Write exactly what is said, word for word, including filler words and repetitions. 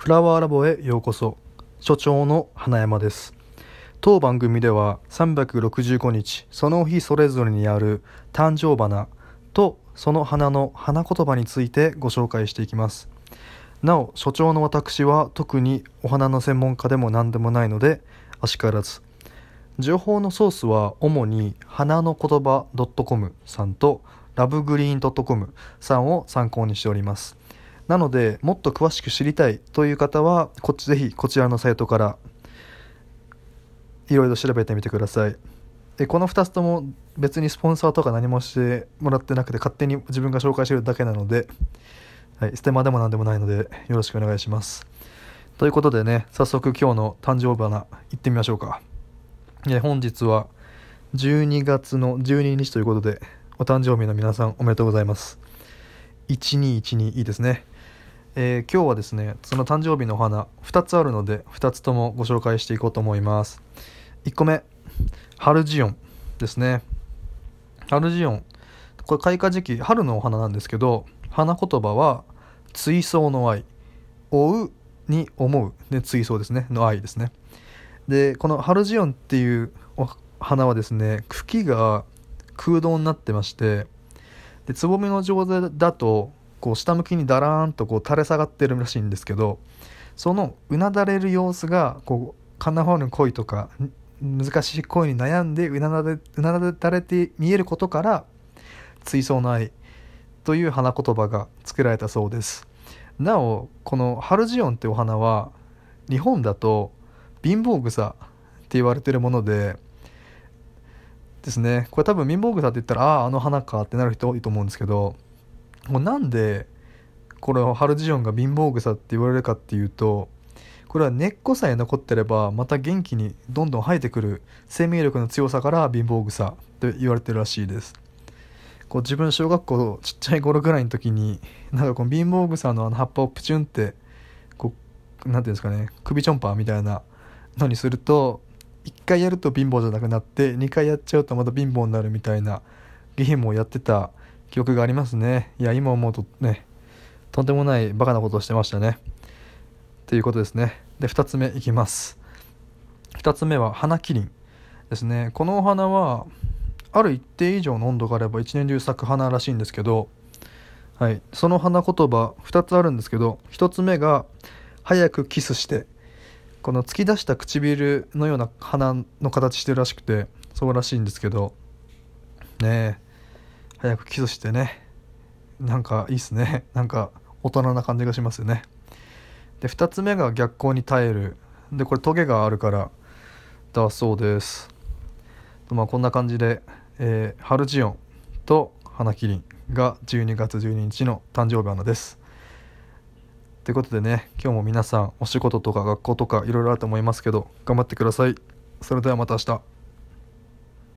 フラワーラボへようこそ。所長の花山です。当番組ではさんびゃくろくじゅうごにちその日それぞれにある誕生花とその花の花言葉についてご紹介していきます。なお所長の私は特にお花の専門家でも何でもないのであしからず。情報のソースは主に花の言葉 .com さんとラブグリーン .com さんを参考にしております。なのでもっと詳しく知りたいという方はこっちぜひこちらのサイトからいろいろ調べてみてください。でこのふたつとも別にスポンサーとか何もしてもらってなくて勝手に自分が紹介しているだけなので、はい、ステマでも何でもないのでよろしくお願いします。ということでね、早速今日の誕生花行ってみましょうか。え本日はじゅうにがつのじゅうににちということでお誕生日の皆さんおめでとうございます。いちにいちにいいですね。えー、今日はですねその誕生日のお花ふたつあるのでふたつともご紹介していこうと思います。いっこめハルジオンですね。ハルジオンこれ開花時期春のお花なんですけど、花言葉は追想の愛、追うに思うで追想ですねの愛ですね。でこのハルジオンっていうお花はですね茎が空洞になってまして、でつぼみの状態だとこう下向きにだらーんとこう垂れ下がってるらしいんですけど、そのうなだれる様子がこうカンナファウルの恋とか難しい恋に悩んでうなだれ、うなだれて見えることから追想の愛という花言葉が作られたそうです。なおこのハルジオンってお花は日本だと貧乏草って言われてるものでですね、これ多分貧乏草って言ったらあああの花かってなる人多いと思うんですけど、もうなんでこれハルジオンが貧乏草って言われるかっていうと、これは根っこさえ残ってればまた元気にどんどん生えてくる生命力の強さから貧乏草と言われてるらしいです。こう自分小学校ちっちゃい頃ぐらいの時になんかこの貧乏草のあの葉っぱをプチュンってこうなんていうんですかね首ちょんぱみたいなのにするといっかいやると貧乏じゃなくなってにかいやっちゃうとまた貧乏になるみたいなゲームをやってた記憶がありますね。いや今思うとねとんでもないバカなことをしてましたねということですね。でふたつめいきます。ふたつめは花キリンですね。このお花はある一定以上の温度があれば一年中咲く花らしいんですけど、はい、その花言葉ふたつあるんですけど、ひとつめが早くキスして、この突き出した唇のような花の形してるらしくてそうらしいんですけどねえ、早くキスしてね、なんかいいっすね。なんか大人な感じがしますよね。でふたつめが逆光に耐えるで、これトゲがあるからだそうです。まあこんな感じで、えー、ハルジオンと花キリンがじゅうにがつじゅうににちの誕生日花です。ということでね、今日も皆さんお仕事とか学校とかいろいろあると思いますけど頑張ってください。それではまた明日。